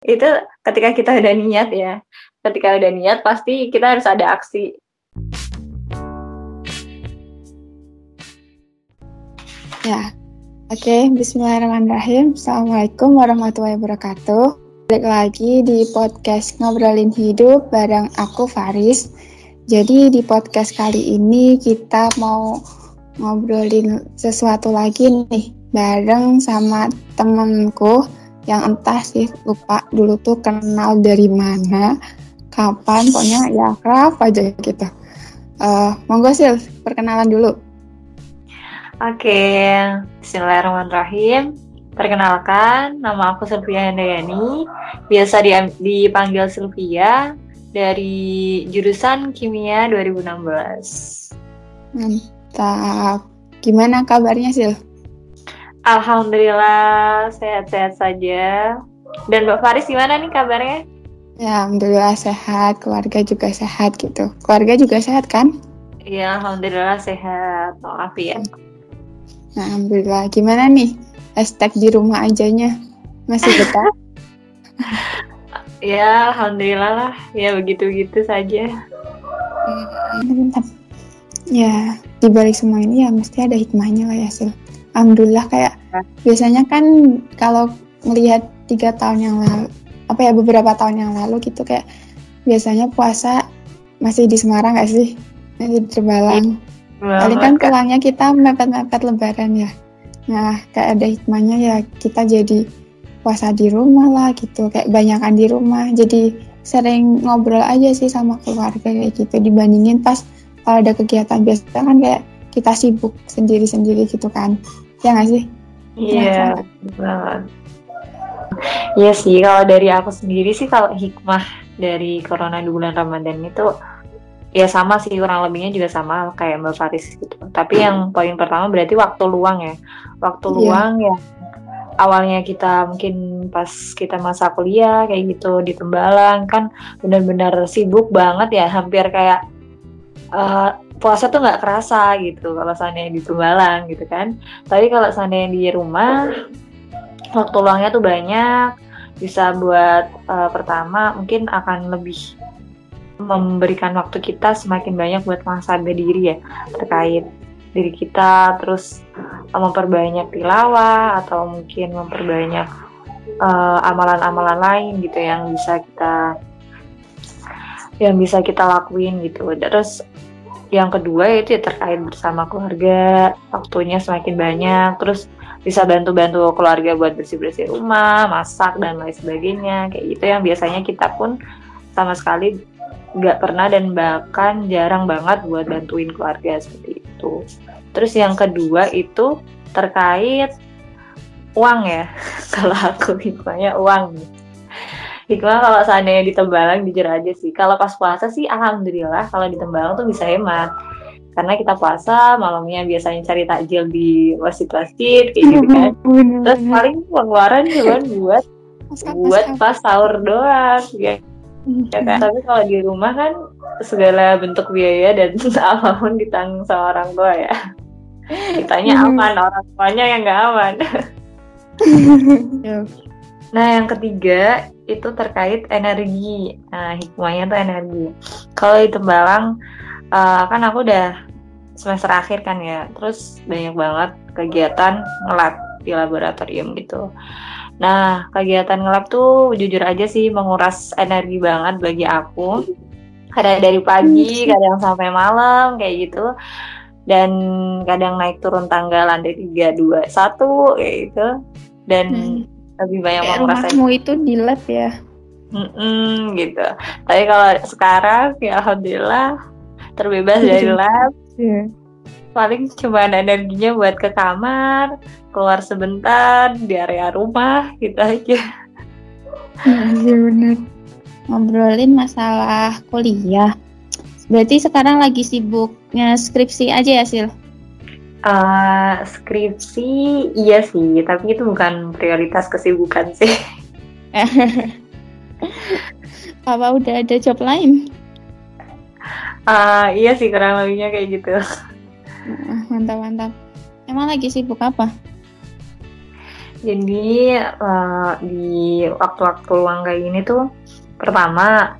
Itu ketika kita udah niat ya. Ketika udah niat pasti kita harus ada aksi. Ya, oke. Bismillahirrahmanirrahim. Assalamualaikum warahmatullahi wabarakatuh. Balik lagi di podcast Ngobrolin Hidup bareng aku Faris. Jadi di podcast kali ini kita mau ngobrolin sesuatu lagi nih bareng sama temenku yang entah sih lupa dulu tuh kenal dari mana, kapan, pokoknya ya akrab aja gitu. Monggo Sil, perkenalan dulu. Oke, bismillahirrahmanirrahim. Perkenalkan, nama aku Sylvia Handayani. Biasa dipanggil Sylvia dari jurusan Kimia 2016. Mantap. Gimana kabarnya Sil? Alhamdulillah sehat-sehat saja. Dan Mbak Faris gimana nih kabarnya? Ya, alhamdulillah sehat, keluarga juga sehat gitu. Keluarga juga sehat kan? Iya, alhamdulillah sehat. Maaf ya. Nah, alhamdulillah. Gimana nih? Hashtag di rumah ajanya masih betah? Ya, alhamdulillah lah. Ya, begitu-begitu saja. Mantap. Ya, di balik semua ini ya mesti ada hikmahnya lah ya, Sil. Alhamdulillah kayak biasanya kan kalau melihat 3 tahun yang lalu, beberapa tahun yang lalu gitu kayak biasanya puasa masih di Semarang gak sih? Masih di Terbalang. Paling kan pulangnya kita mepet-mepet lebaran ya. Nah, kayak ada hikmahnya ya kita jadi puasa di rumah lah gitu. Kayak banyakan di rumah. Jadi sering ngobrol aja sih sama keluarga kayak gitu. Dibandingin pas kalau ada kegiatan biasa kan kayak kita sibuk sendiri-sendiri gitu kan. Ya nggak sih? Iya, banget. Iya sih, kalau dari aku sendiri sih kalau hikmah dari corona di bulan Ramadan itu ya sama sih, kurang lebihnya juga sama kayak Mbak Faris gitu. Tapi yang poin pertama berarti waktu luang ya. Waktu luang ya awalnya kita mungkin pas kita masa kuliah kayak gitu di Tembalang kan benar-benar sibuk banget ya, hampir kayak puasa tuh nggak kerasa gitu kalau seandainya di Tembalang gitu kan. Tapi kalau seandainya di rumah waktu luangnya tuh banyak, bisa buat pertama mungkin akan lebih memberikan waktu kita semakin banyak buat muhasabah diri ya terkait diri kita, terus memperbanyak tilawah atau mungkin memperbanyak amalan-amalan lain gitu yang bisa kita lakuin gitu. Terus yang kedua itu ya terkait bersama keluarga, waktunya semakin banyak, terus bisa bantu-bantu keluarga buat bersih-bersih rumah, masak dan lain sebagainya kayak gitu yang biasanya kita pun sama sekali nggak pernah dan bahkan jarang banget buat bantuin keluarga seperti itu. Terus yang kedua itu terkait uang ya. Kalau aku hikmahnya uang. Hikmah kalau seandainya di Tembalang jujur aja sih. Kalau pas puasa sih alhamdulillah kalau di Tembalang tuh bisa hemat. Karena kita puasa malamnya biasanya cari takjil di masjid-masjid kayak gitu kan. Terus paling pengeluaran cuma buat pas sahur doang ya. Tapi kalau di rumah kan segala bentuk biaya dan apapun ditanggung sama orang tua ya. Kitanya aman, orang tuanya yang nggak aman. Nah, yang ketiga itu terkait energi. Nah, hikmahnya tuh energi. Kalau di Tembalang kan aku udah semester akhir kan ya. Terus banyak banget kegiatan ngelab di laboratorium gitu. Nah, kegiatan ngelab tuh jujur aja sih menguras energi banget bagi aku. Kadang dari pagi, kadang sampai malam kayak gitu. Dan kadang naik turun tangga lantai 3, 2, 1 kayak gitu. Dan lebih banyak menguras energi. Rumahmu itu di lab ya? Gitu. Tapi kalau sekarang ya alhamdulillah terbebas dari lab. Paling cuma energinya buat ke kamar, keluar sebentar di area rumah gitu aja. Iya benar. Ngobrolin masalah kuliah. Berarti sekarang lagi sibuknya skripsi aja ya Sil? Skripsi iya sih, tapi itu bukan prioritas kesibukan sih. Apa udah ada job lain? Iya sih, kurang lebihnya kayak gitu. Mantap. Emang lagi sibuk apa? Jadi di waktu-waktu luang kayak gini tuh, pertama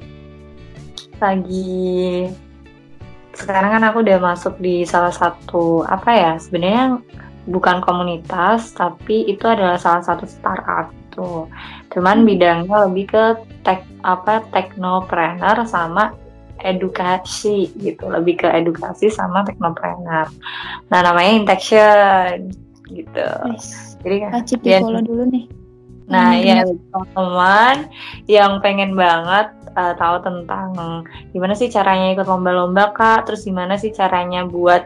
lagi sekarang kan aku udah masuk di salah satu sebenarnya bukan komunitas tapi itu adalah salah satu startup tuh. Cuman bidangnya lebih ke teknopreneur sama edukasi gitu, lebih ke edukasi sama teknopreneur. Nah namanya Intaction gitu. Nice. Jadi Wajib di follow dulu nih. Nah ya teman-teman yang pengen banget tahu tentang gimana sih caranya ikut lomba-lomba Kak, terus gimana sih caranya buat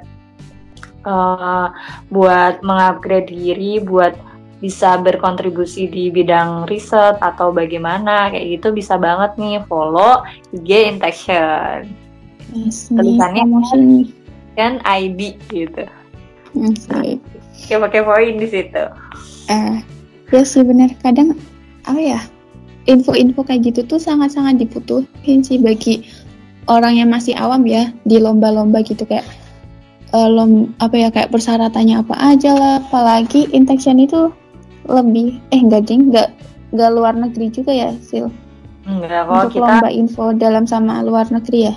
mengupgrade diri, buat bisa berkontribusi di bidang riset atau bagaimana kayak gitu, bisa banget nih follow IG Intaction. Tulisannya kan ID gitu. Kayak pakai poin di situ. Ya sih benar, kadang info-info kayak gitu tuh sangat-sangat dibutuhin sih bagi orang yang masih awam ya di lomba-lomba gitu, kayak kayak persyaratannya apa aja lah. Apalagi Intaction itu lebih enggak luar negeri juga ya Sil. Enggak, untuk kita lomba info dalam sama luar negeri ya.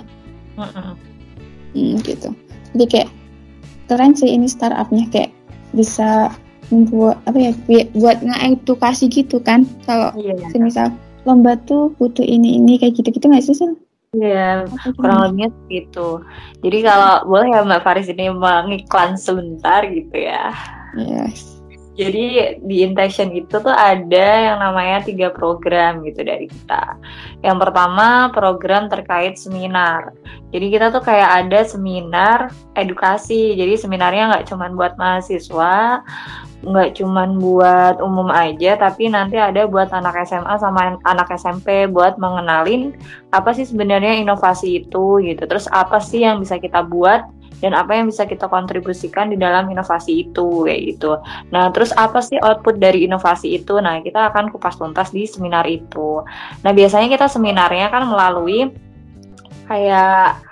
Gitu. Jadi kayak keren sih ini startupnya, kayak bisa membuat buat ngeedukasi gitu kan. Kalau misal lomba tuh butuh ini kayak gitu-gitu nggak sih Sil? Iya, kurang lebihnya gitu. Jadi kalau boleh ya Mbak Faris ini mengiklan sebentar gitu ya. Yes. Jadi di Intaction itu tuh ada yang namanya 3 program gitu dari kita. Yang pertama program terkait seminar. Jadi kita tuh kayak ada seminar edukasi. Jadi seminarnya nggak cuma buat mahasiswa, nggak cuma buat umum aja, tapi nanti ada buat anak SMA sama anak SMP buat mengenalin apa sih sebenarnya inovasi itu gitu. Terus apa sih yang bisa kita buat dan apa yang bisa kita kontribusikan di dalam inovasi itu kayak gitu. Nah, terus apa sih output dari inovasi itu? Nah, kita akan kupas tuntas di seminar itu. Nah, biasanya kita seminarnya kan melalui kayak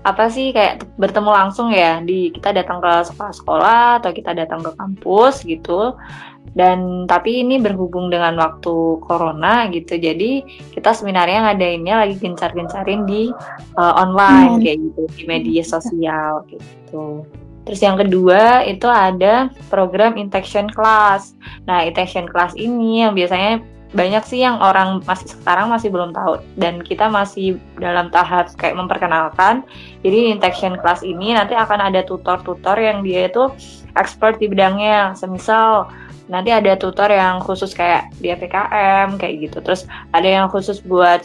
bertemu langsung ya, kita datang ke sekolah-sekolah atau kita datang ke kampus gitu. Dan tapi ini berhubung dengan waktu corona gitu, jadi kita seminarnya ngadainnya lagi gencar-gencarin di online kayak gitu, di media sosial gitu. Terus yang kedua itu ada program Intaction Class. Nah, Intaction Class ini yang biasanya banyak sih yang orang sekarang masih belum tahu, dan kita masih dalam tahap kayak memperkenalkan. Jadi Intaction Class ini nanti akan ada tutor-tutor yang dia itu expert di bidangnya. Semisal nanti ada tutor yang khusus kayak di PKM kayak gitu. Terus ada yang khusus buat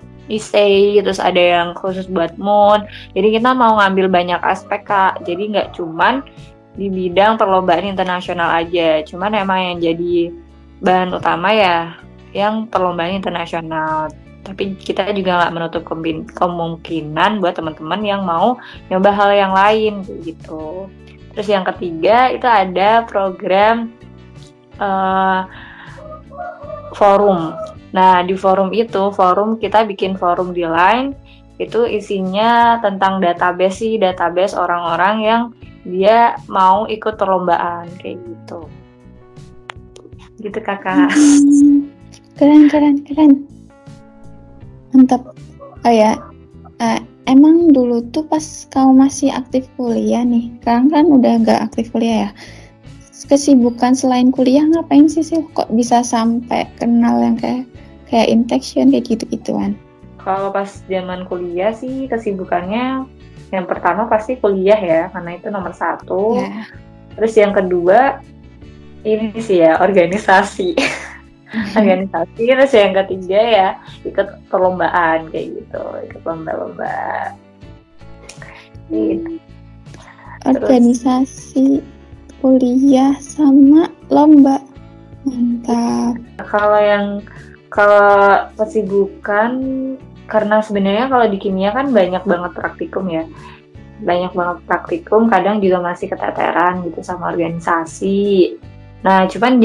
ISEI, terus ada yang khusus buat MUN. Jadi kita mau ngambil banyak aspek Kak. Jadi nggak cuman di bidang perlombaan internasional aja. Cuman emang yang jadi bahan utama ya yang perlombaan internasional. Tapi kita juga nggak menutup kemungkinan buat teman-teman yang mau nyoba hal yang lain kayak gitu. Terus yang ketiga itu ada program forum. Nah, di forum kita bikin forum di Line, itu isinya tentang database orang-orang yang dia mau ikut perlombaan kayak gitu. Gitu Kakak. Keren. Mantap. Oh ya, emang dulu tuh pas kamu masih aktif kuliah nih, sekarang kan udah nggak aktif kuliah ya. Kesibukan selain kuliah ngapain sih kok bisa sampai kenal yang kayak Intaction kayak gitu-gituan? Kalau pas zaman kuliah sih kesibukannya yang pertama pasti kuliah ya, karena itu nomor 1. Terus yang kedua ini sih ya organisasi. Terus yang ketiga ya ikut perlombaan kayak gitu, ikut lomba-lomba. Gitu. Organisasi, kuliah sama lomba, mantap. Kalau kesibukan, karena sebenarnya kalau di kimia kan banyak banget praktikum ya, kadang juga masih keteteran gitu sama organisasi. Nah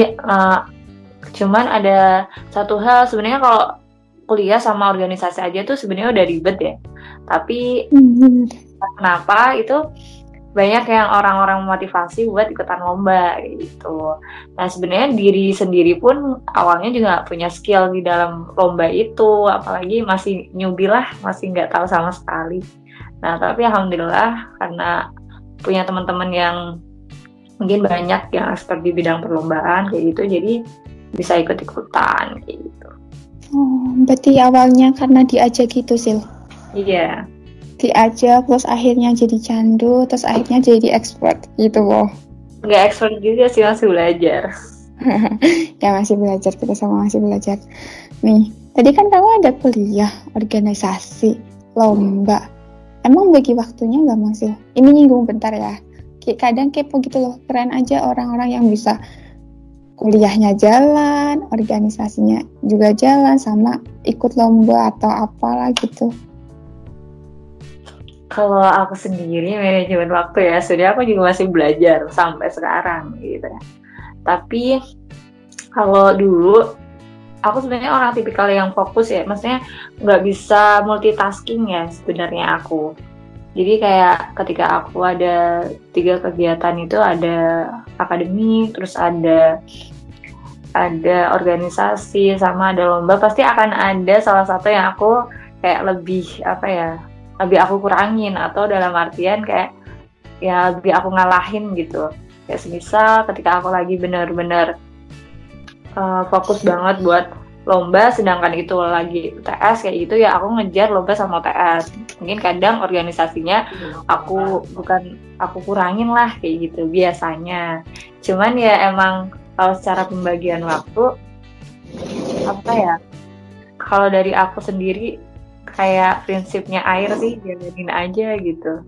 cuman ada satu hal, sebenarnya kalau kuliah sama organisasi aja tuh sebenarnya udah ribet ya, tapi kenapa itu banyak yang orang-orang memotivasi buat ikutan lomba gitu. Nah sebenarnya diri sendiri pun awalnya juga nggak punya skill di dalam lomba itu, apalagi masih newbie lah, masih nggak tahu sama sekali. Nah tapi alhamdulillah karena punya teman-teman yang mungkin banyak yang expert di bidang perlombaan kayak gitu, jadi bisa ikut-ikutan kayak gitu. Oh, berarti awalnya karena diajak gitu, Sil? Iya. Diajak, terus akhirnya jadi candu, terus akhirnya jadi expert gitu loh. Nggak expert juga sih, masih belajar. Ya masih belajar, kita sama masih belajar. Nih, tadi kan kamu ada kuliah, organisasi, lomba. Emang bagi waktunya gampang sih? Ini nyinggung bentar ya. Kadang kepo gitu loh, keren aja orang-orang yang bisa kuliahnya jalan, organisasinya juga jalan, sama ikut lomba atau apalah gitu. Kalau aku sendiri manajemen waktu ya, sebenarnya aku juga masih belajar sampai sekarang gitu ya. Tapi kalau dulu aku sebenarnya orang tipikal yang fokus ya, maksudnya nggak bisa multitasking ya sebenarnya aku. Jadi kayak ketika aku ada 3 kegiatan itu, ada akademik, terus ada organisasi, sama ada lomba, pasti akan ada salah satu yang aku kayak lebih lebih aku kurangin, atau dalam artian kayak ya lebih aku ngalahin gitu. Kayak semisal ketika aku lagi benar-benar fokus banget buat lomba, sedangkan itu lagi UTS kayak gitu ya, aku ngejar lomba sama UTS. Mungkin kadang organisasinya aku kurangin lah kayak gitu biasanya. Cuman ya emang kalau secara pembagian waktu kalau dari aku sendiri kayak prinsipnya air sih, jalanin aja gitu.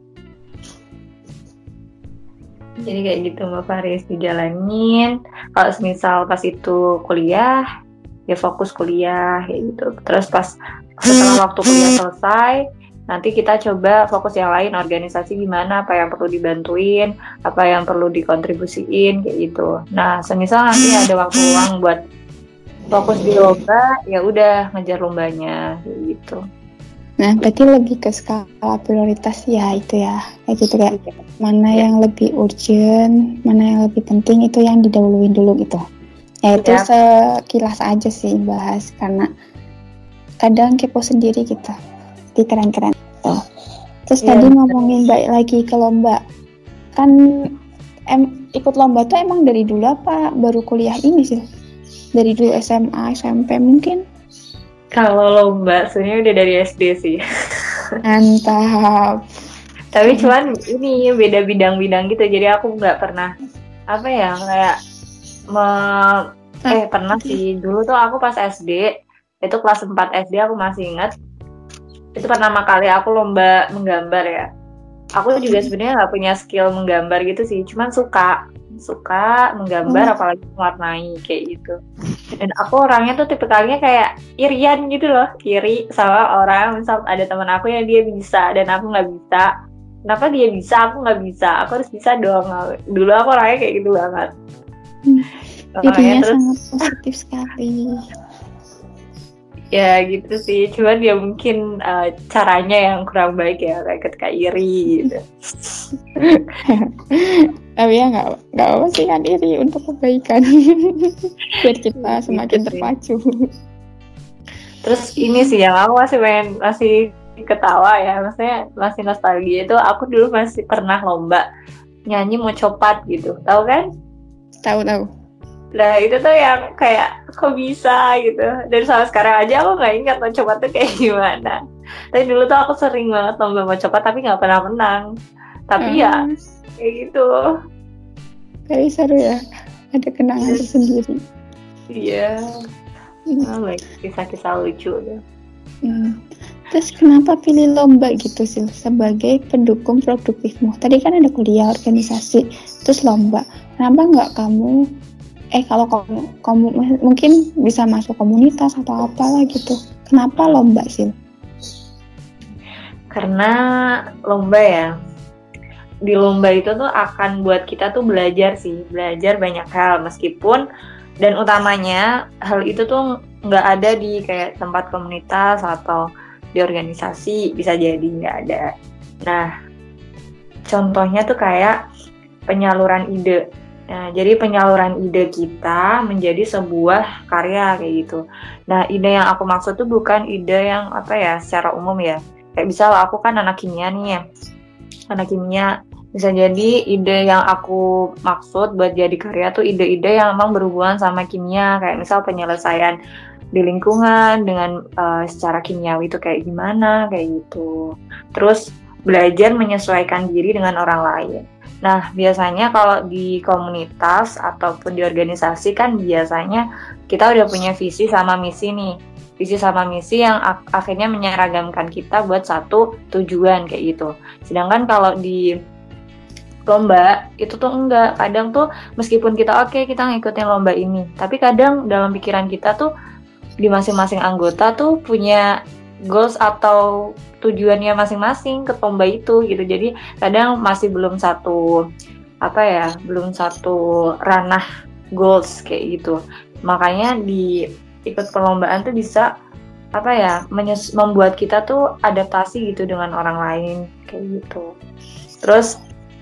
Jadi kayak gitu Mbak Faris, dijalanin. Kalau misal pas itu kuliah, ya fokus kuliah kayak gitu. Terus pas setelah waktu kuliah selesai, nanti kita coba fokus yang lain, organisasi gimana, apa yang perlu dibantuin, apa yang perlu dikontribusiin kayak gitu. Nah, semisal nanti ada waktu luang buat fokus di lomba, ya udah ngejar lombanya kayak gitu. Nah, berarti lebih ke skala prioritas ya itu ya, kayak gitu kayak mana yang lebih urgent, mana yang lebih penting, itu yang didahuluin dulu gitu. Ya itu sekilas aja sih bahas, karena kadang kepo sendiri gitu. Jadi keren-keren. Terus tadi ngomongin balik lagi ke lomba, kan ikut lomba tuh emang dari dulu apa baru kuliah ini sih? Dari dulu SMA, SMP mungkin? Kalau lomba sebenarnya udah dari SD sih. Mantap. Tapi cuman ini beda bidang-bidang gitu, jadi aku nggak pernah pernah sih. Dulu tuh aku pas SD, itu kelas 4 SD, aku masih ingat. Itu pertama kali aku lomba menggambar ya. Aku juga sebenarnya nggak punya skill menggambar gitu sih, cuman suka menggambar, apalagi mewarnai kayak gitu. Dan aku orangnya tuh tipikalnya kayak irian gitu loh, iri sama orang. Misal ada teman aku yang dia bisa dan aku nggak bisa, kenapa dia bisa aku nggak bisa, aku harus bisa dong. Dulu aku orangnya kayak gitu banget. Irinya sangat positif sekali. Ya gitu sih, cuman ya mungkin caranya yang kurang baik ya, kayak ketika iri gitu. Tapi ya nggak apa sih kan, iri untuk kebaikan. Biar kita semakin terpacu. Terus ini sih yang aku masih ketawa ya, maksudnya masih nostalgia, itu aku dulu masih pernah lomba nyanyi mau copat gitu, tahu kan? Tahu. Nah itu tuh yang kayak kok bisa gitu, dan sampai sekarang aja aku nggak ingat mau copat tuh kayak gimana. Tapi dulu tuh aku sering banget lomba mau copat tapi nggak pernah menang. Tapi ya kayak gitu. Tapi seru ya, ada kenangan tersendiri. Iya. Kisah-kisah lucu deh. Terus kenapa pilih lomba gitu sih sebagai pendukung produktifmu? Tadi kan ada kuliah, organisasi, terus lomba. Kenapa nggak kamu kalau kamu mungkin bisa masuk komunitas atau apalah gitu. Kenapa lomba sih? Karena lomba ya, di lomba itu tuh akan buat kita tuh belajar banyak hal, meskipun dan utamanya hal itu tuh nggak ada di kayak tempat komunitas atau di organisasi, bisa jadi nggak ada. Nah contohnya tuh kayak penyaluran ide. Nah, jadi penyaluran ide kita menjadi sebuah karya kayak gitu. Nah, ide yang aku maksud tuh bukan ide yang apa ya, secara umum ya. Kayak misal aku kan anak kimia nih ya. Anak kimia, bisa jadi ide yang aku maksud buat jadi karya tuh ide-ide yang emang berhubungan sama kimia. Kayak misal penyelesaian di lingkungan dengan secara kimiawi itu kayak gimana, kayak gitu. Terus belajar menyesuaikan diri dengan orang lain. Nah, biasanya kalau di komunitas ataupun di organisasi kan biasanya kita udah punya visi sama misi nih. Visi sama misi yang akhirnya menyeragamkan kita buat satu tujuan kayak gitu. Sedangkan kalau di lomba itu tuh enggak. Kadang tuh meskipun kita kita ngikutin lomba ini, tapi kadang dalam pikiran kita tuh di masing-masing anggota tuh punya goals atau tujuannya masing-masing ke lomba itu gitu. Jadi kadang masih belum satu ranah goals kayak gitu. Makanya di ikut perlombaan tuh bisa membuat kita tuh adaptasi gitu dengan orang lain kayak gitu. Terus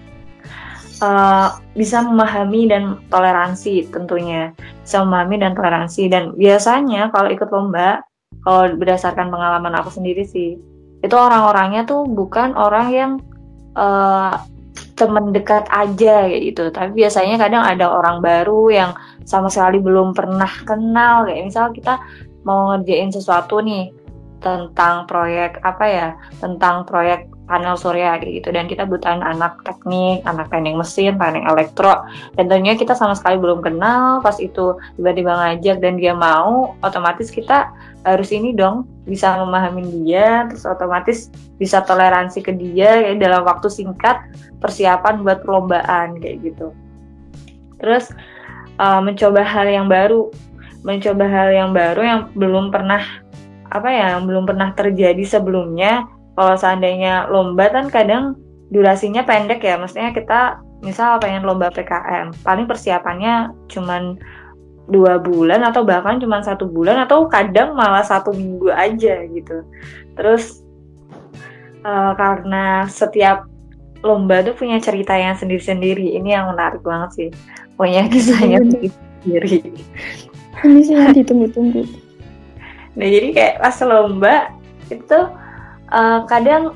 bisa memahami dan toleransi tentunya. Bisa memahami dan toleransi. Dan biasanya kalau ikut lomba, kalau berdasarkan pengalaman aku sendiri sih, itu orang-orangnya tuh bukan orang yang teman dekat aja kayak gitu. Tapi biasanya kadang ada orang baru yang sama sekali belum pernah kenal. Kayak misal kita mau ngerjain sesuatu nih tentang proyek tentang proyek panel surya kayak gitu, dan kita butuh anak teknik, anak teknik mesin, teknik elektro, dan tentunya kita sama sekali belum kenal. Pas itu tiba-tiba ngajak dan dia mau, otomatis kita harus ini dong bisa memahami dia, terus otomatis bisa toleransi ke dia ya, dalam waktu singkat persiapan buat perlombaan kayak gitu. Terus mencoba hal yang baru yang belum pernah terjadi sebelumnya. Kalau seandainya lomba kan kadang durasinya pendek ya, maksudnya kita misal pengen lomba PKM, paling persiapannya cuman 2 bulan atau bahkan cuma 1 bulan atau kadang malah 1 minggu aja gitu. Terus karena setiap lomba tuh punya cerita yang sendiri-sendiri, ini yang menarik banget sih, punya kisahnya sendiri. Ini sih yang ditunggu-tunggu. Nah jadi kayak pas lomba itu kadang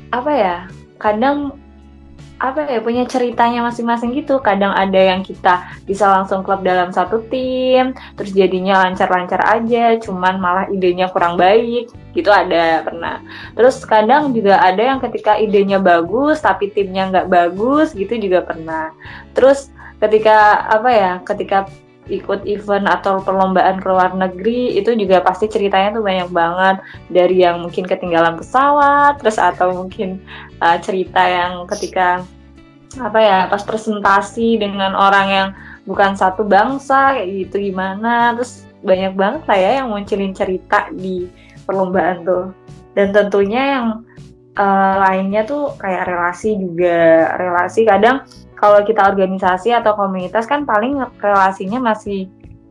punya ceritanya masing-masing gitu. Kadang ada yang kita bisa langsung klub dalam satu tim, terus jadinya lancar-lancar aja, cuman malah idenya kurang baik gitu, ada pernah. Terus kadang juga ada yang ketika idenya bagus tapi timnya nggak bagus gitu juga pernah. Terus ketika ikut event atau perlombaan ke luar negeri itu juga pasti ceritanya tuh banyak banget, dari yang mungkin ketinggalan pesawat, terus atau mungkin cerita yang ketika pas presentasi dengan orang yang bukan satu bangsa kayak gitu gimana. Terus banyak banget lah ya yang munculin cerita di perlombaan tuh. Dan tentunya yang lainnya tuh kayak relasi kadang kalau kita organisasi atau komunitas kan paling relasinya masih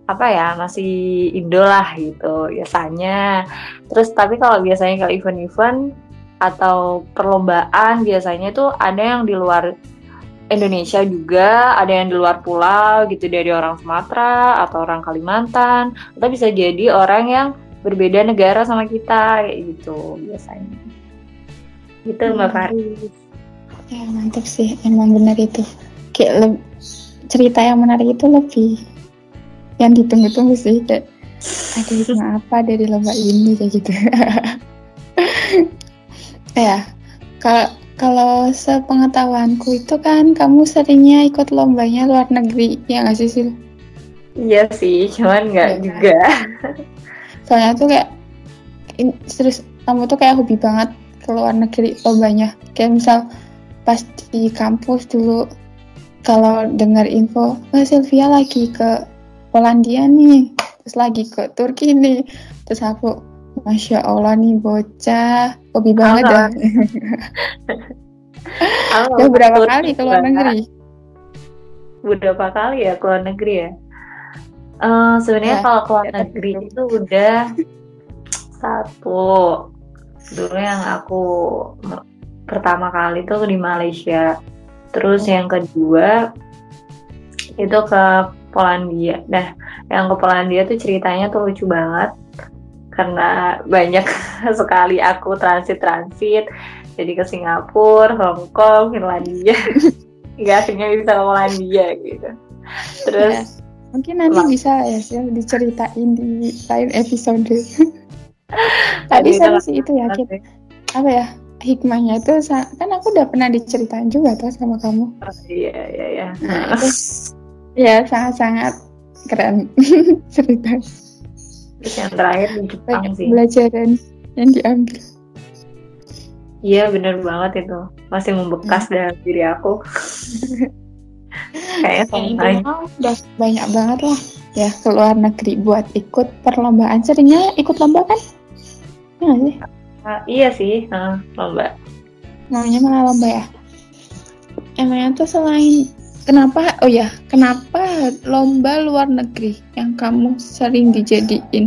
Indo lah gitu biasanya. Terus tapi kalau biasanya ke event-event atau perlombaan biasanya tuh ada yang di luar Indonesia juga, ada yang di luar pulau gitu, dari orang Sumatera atau orang Kalimantan, atau bisa jadi orang yang berbeda negara sama kita kayak gitu biasanya. Gitu Mbak Faris. Ya mantap sih, emang benar itu. Kayak cerita yang menarik itu lebih yang ditunggu-tunggu sih. Kayak ada hikmah apa dari lomba ini kayak gitu. Ya, kalau sepengetahuanku itu kan kamu seringnya ikut lombanya luar negeri, ya nggak sih Sil? Iya sih, cuman nggak juga. Soalnya tuh kayak serius, kamu tuh kayak hobi banget ke luar negeri lombanya. Kayak misal pas di kampus dulu kalau dengar info, Sylvia lagi ke Polandia nih, terus lagi ke Turki nih, terus aku, Masya Allah nih bocah, hobi banget dah. Udah berapa kali ke luar negeri? Berapa kali ya ke luar negeri ya? Sebenarnya kalau ke luar negeri itu udah 1. Dulu yang aku pertama kali tuh di Malaysia. Terus yang kedua itu ke Polandia. Nah, yang ke Polandia tuh ceritanya tuh lucu banget karena banyak sekali aku transit. Jadi ke Singapura, Hong Kong, Finlandia. Nggak akhirnya bisa ke Polandia gitu. Terus Ya, mungkin nanti bisa ya sih diceritain di lain episode. Tadi sama sih itu ya, Kit. Apa ya, hikmahnya itu kan aku udah pernah diceritain juga tuh sama kamu. Oh, iya. Nah, itu ya sangat-sangat keren cerita. Terus yang terakhir di Jepang Banyak sih. pelajaran yang diambil. Iya bener banget itu. Masih membekas dalam diri aku. Kayaknya sama. Udah banyak banget lah ya ke luar negeri buat ikut perlombaan. Seringnya ikut lomba kan? Ya nggak sih? Iya sih, lomba. Namanya malah lomba ya. Emangnya tuh selain kenapa lomba luar negeri yang kamu sering dijadiin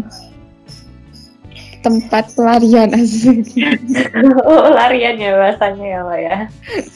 tempat pelarian asik? Larian ya bahasanya ya Mbak ya.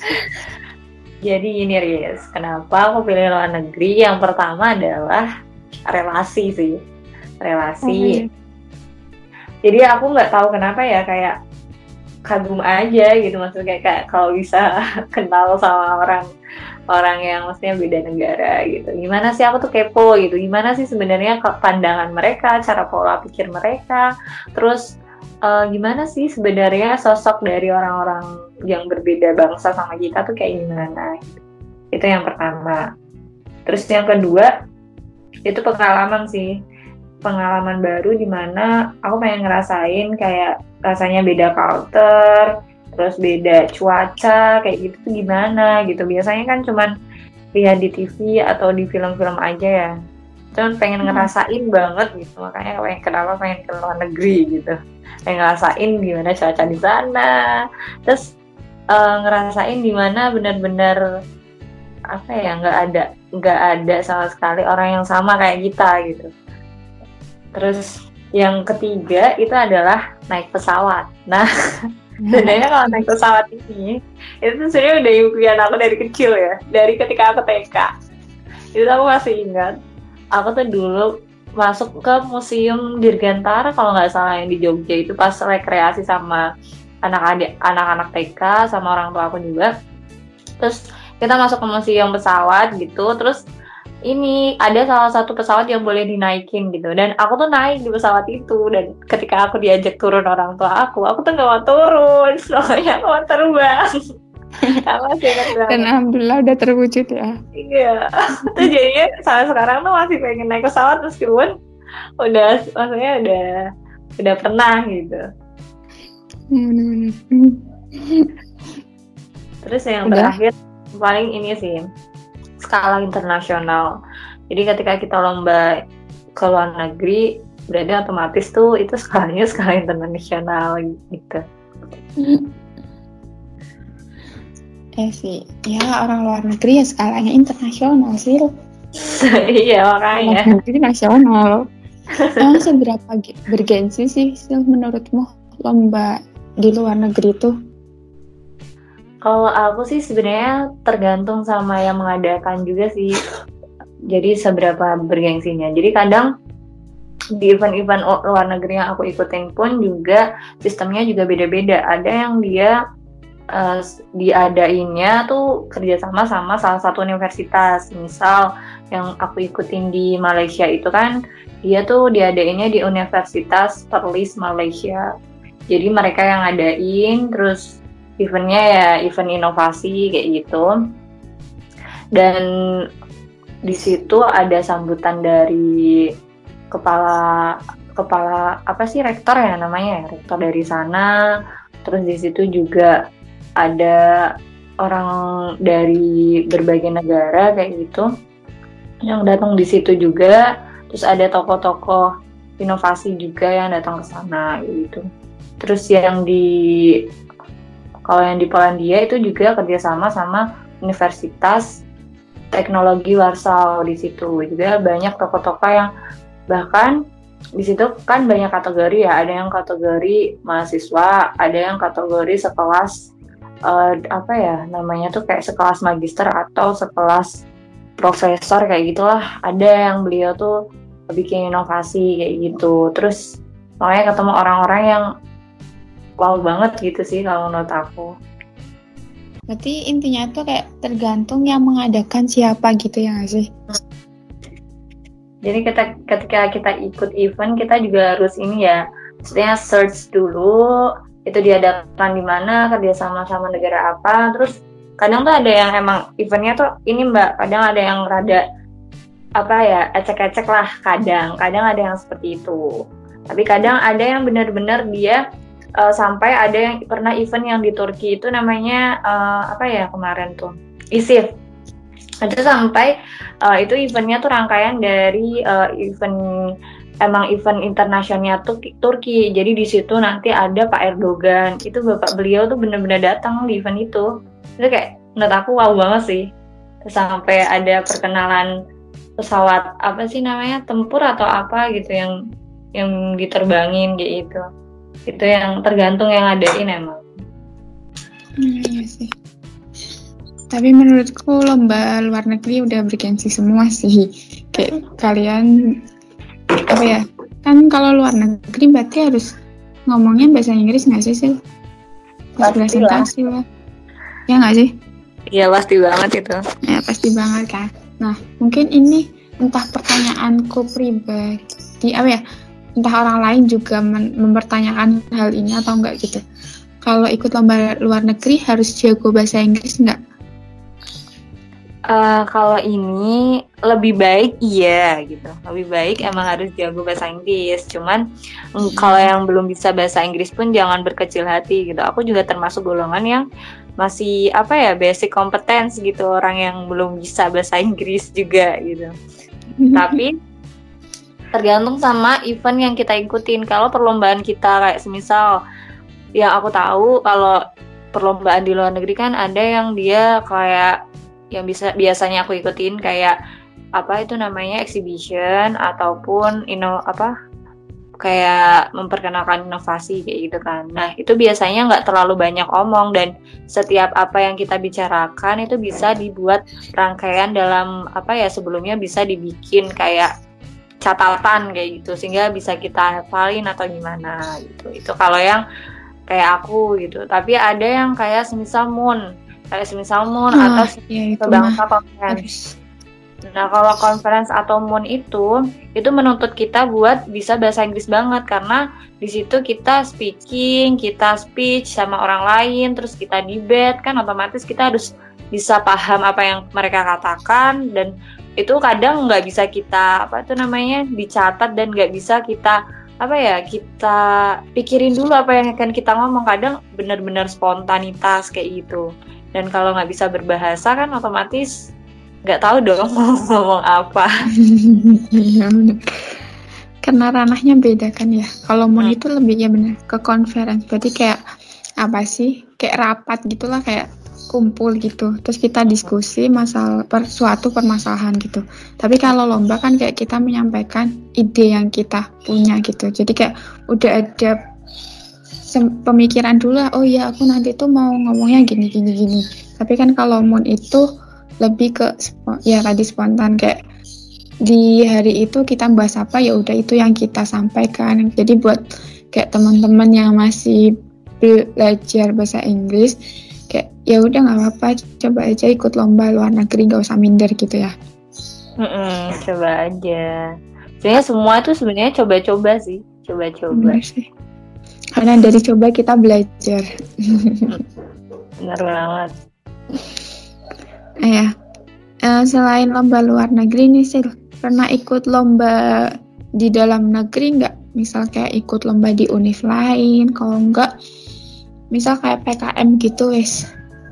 Jadi ini Riz, kenapa aku pilih luar negeri? Yang pertama adalah relasi sih, relasi. Jadi aku nggak tahu kenapa ya, kayak kagum aja gitu, maksudnya kayak kalau bisa kenal sama orang yang maksudnya beda negara gitu. Gimana sih, aku tuh kepo gitu, gimana sih sebenarnya pandangan mereka, cara pola pikir mereka, terus gimana sih sebenarnya sosok dari orang-orang yang berbeda bangsa sama kita tuh kayak gimana gitu. Itu yang pertama. Terus yang kedua itu pengalaman sih, pengalaman baru di mana aku pengen ngerasain kayak rasanya beda culture, terus beda cuaca kayak gitu tuh gimana gitu. Biasanya kan cuman lihat di TV atau di film-film aja ya, cuman pengen ngerasain banget gitu. Makanya kenapa pengen ke luar negeri gitu, pengen ngerasain gimana cuaca di sana, terus ngerasain gimana benar-benar apa ya, nggak ada sama sekali orang yang sama kayak kita gitu. Terus yang ketiga itu adalah naik pesawat. Nah, sebenarnya kalau naik pesawat ini itu sebenarnya udah impian aku dari kecil ya, dari ketika aku TK. Itu aku masih ingat, aku tuh dulu masuk ke Museum Dirgantara kalau nggak salah yang di Jogja itu pas rekreasi sama anak-anak TK sama orang tua aku juga. Terus kita masuk ke museum pesawat gitu, terus ini ada salah satu pesawat yang boleh dinaikin gitu, dan aku tuh naik di pesawat itu, dan ketika aku diajak turun orang tua aku tuh nggak mau turun, soalnya aku mau terbang. Dan alhamdulillah udah terwujud ya. Iya, tuh jadinya sampai sekarang tuh masih pengen naik pesawat meskipun maksudnya udah pernah gitu. Terus yang terakhir paling ini sih, skala internasional. Jadi ketika kita lomba ke luar negeri, berarti otomatis tuh itu skalanya skala internasional gitu. Sih, ya orang luar negeri ya skalanya internasional sih. Iya makanya. Luar negeri nasional. Emang seberapa bergensi sih menurutmu lomba di luar negeri itu? Kalau aku sih sebenarnya tergantung sama yang mengadakan juga sih. Jadi seberapa bergengsinya. Jadi kadang di event-event luar negeri yang aku ikutin pun juga sistemnya juga beda-beda. Ada yang dia diadainnya tuh kerjasama sama salah satu universitas. Misal yang aku ikutin di Malaysia itu kan dia tuh diadainnya di Universitas Perlis Malaysia. Jadi mereka yang ngadain, terus eventnya ya event inovasi kayak gitu. Dan di situ ada sambutan dari kepala apa sih, rektor ya namanya, rektor dari sana. Terus di situ juga ada orang dari berbagai negara kayak gitu yang datang di situ juga. Terus ada tokoh-tokoh inovasi juga yang datang ke sana gitu. Terus kalau yang di Polandia itu juga kerjasama sama Universitas Teknologi Warsaw. Di situ juga banyak tokoh-tokoh yang bahkan di situ kan banyak kategori ya. Ada yang kategori mahasiswa, ada yang kategori sekelas apa ya namanya tuh kayak sekelas magister atau sekelas profesor kayak gitulah. Ada yang beliau tuh bikin inovasi kayak gitu. Terus makanya ketemu orang-orang yang wow banget gitu sih kalau menurut aku. Berarti intinya tuh kayak tergantung yang mengadakan siapa gitu ya nggak sih? Jadi ketika kita ikut event kita juga harus ini ya, maksudnya search dulu itu diadakan di mana, kerjasama sama negara apa. Terus kadang tuh ada yang emang eventnya tuh ini Mbak, kadang ada yang rada apa ya ecek-ecek lah, kadang ada yang seperti itu. Tapi kadang ada yang benar-benar dia sampai ada yang pernah event yang di Turki itu namanya apa ya kemarin tuh ISIF. Itu sampai itu eventnya tuh rangkaian dari event internasionalnya Turki. Jadi di situ nanti ada Pak Erdogan. Itu bapak beliau tuh benar-benar datang di event itu. Itu kayak menurut aku wow banget sih. Sampai ada perkenalan pesawat apa sih namanya tempur atau apa gitu yang diterbangin kayak gitu. Itu yang tergantung yang ngadain emang. Iya sih. Tapi menurutku lomba luar negeri udah bergengsi semua sih. Kayak kalian apa ya? Kan kalau luar negeri berarti harus ngomongnya bahasa Inggris nggak sih? Pas presentasi lah. Ya nggak sih? Iya pasti banget itu. Ya pasti banget kan. Nah mungkin ini entah pertanyaanku pribadi apa ya? Entah orang lain juga mempertanyakan hal ini atau enggak gitu. Kalau ikut lomba luar negeri harus jago bahasa Inggris enggak? Kalau ini lebih baik iya gitu. Lebih baik emang harus jago bahasa Inggris. Cuman kalau yang belum bisa bahasa Inggris pun jangan berkecil hati gitu. Aku juga termasuk golongan yang masih apa ya basic competence gitu, orang yang belum bisa bahasa Inggris juga gitu. Tapi tergantung sama event yang kita ikutin. Kalau perlombaan kita kayak semisal yang aku tahu kalau perlombaan di luar negeri kan ada yang dia kayak yang biasanya aku ikutin kayak apa itu namanya exhibition ataupun kayak memperkenalkan inovasi kayak gitu kan. Nah itu biasanya nggak terlalu banyak omong dan setiap apa yang kita bicarakan itu bisa dibuat rangkaian dalam apa ya sebelumnya bisa dibikin kayak catatan kayak gitu sehingga bisa kita hafalin atau gimana gitu. Itu kalau yang kayak aku gitu. Tapi ada yang kayak semisal Moon atau bangsa conference. Nah kalau conference atau Moon itu menuntut kita buat bisa bahasa Inggris banget karena di situ kita speech sama orang lain, terus kita debate kan otomatis kita harus bisa paham apa yang mereka katakan dan itu kadang nggak bisa kita dicatat dan nggak bisa kita kita pikirin dulu apa yang akan kita ngomong, kadang benar-benar spontanitas kayak gitu. Dan kalau nggak bisa berbahasa kan otomatis nggak tahu dong mau ngomong apa. Karena ranahnya beda kan ya. Kalau Moon itu lebih ya benar ke conference. Berarti kayak apa sih? Kayak rapat gitulah, kayak kumpul gitu. Terus kita diskusi suatu permasalahan gitu. Tapi kalau lomba kan kayak kita menyampaikan ide yang kita punya gitu. Jadi kayak udah ada pemikiran dulu lah, oh ya aku nanti tuh mau ngomongnya gini. Tapi kan kalau Moon itu lebih ke ya tadi spontan, kayak di hari itu kita bahas apa ya udah itu yang kita sampaikan. Jadi buat kayak teman-teman yang masih belajar bahasa Inggris kayak ya udah nggak apa-apa, coba aja ikut lomba luar negeri, nggak usah minder gitu ya. Coba aja. Sebenarnya semua itu sebenarnya coba-coba sih, coba-coba. Karena dari coba kita belajar. Benar banget. Selain lomba luar negeri nih Sil, pernah ikut lomba di dalam negeri nggak? Misal kayak ikut lomba di univ lain, kalau nggak misal kayak PKM gitu wes.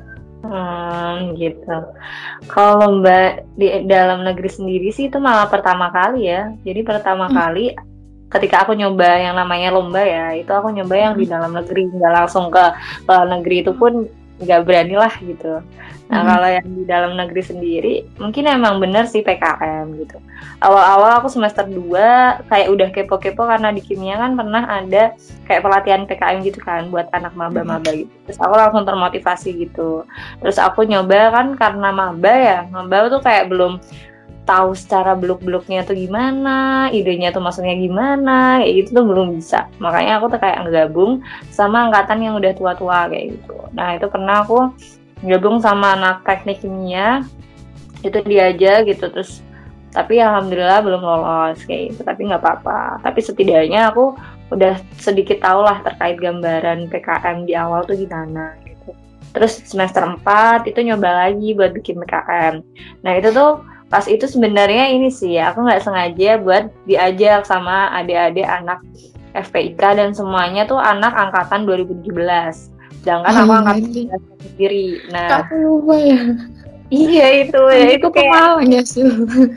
Gitu. Kalau lomba di dalam negeri sendiri sih itu malah pertama kali ya. Jadi pertama kali ketika aku nyoba yang namanya lomba ya, itu aku nyoba yang di dalam negeri, nggak langsung ke luar negeri. Itu pun nggak berani lah gitu. Nah kalau yang di dalam negeri sendiri mungkin emang bener sih PKM gitu. Awal-awal aku semester 2 kayak udah kepo-kepo karena di kimia kan pernah ada kayak pelatihan PKM gitu kan buat anak maba-maba gitu. Terus aku langsung termotivasi gitu. Terus aku nyoba kan karena maba tuh kayak belum tahu secara beluk-beluknya tuh gimana, idenya tuh maksudnya gimana, kayak gitu tuh belum bisa. Makanya aku tuh kayak ngegabung sama angkatan yang udah tua-tua kayak gitu. Nah itu pernah aku gabung sama anak teknik kimia, itu dia aja gitu. Terus tapi alhamdulillah belum lolos kayak gitu, tapi nggak apa-apa. Tapi setidaknya aku udah sedikit tahu lah terkait gambaran PKM di awal tuh gimana gitu. Terus semester 4 itu nyoba lagi buat bikin PKM. Nah itu tuh pas itu sebenarnya ini sih aku nggak sengaja buat diajak sama adik-adik anak FPIK dan semuanya tuh anak angkatan 2017. Sedangkan aku angkatan sendiri. Nah, aku lupa ya. Iya itu ya itu kayak Malang ya sih.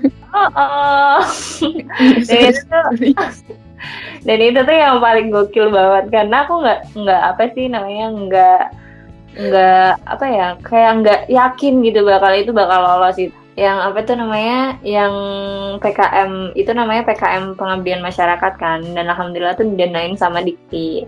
Dan itu tuh yang paling gokil banget karena aku nggak apa sih namanya nggak apa ya kayak nggak yakin gitu bakal lolos itu. Yang apa tuh namanya yang PKM itu namanya PKM pengabdian masyarakat kan, dan alhamdulillah tuh didanain sama Dikti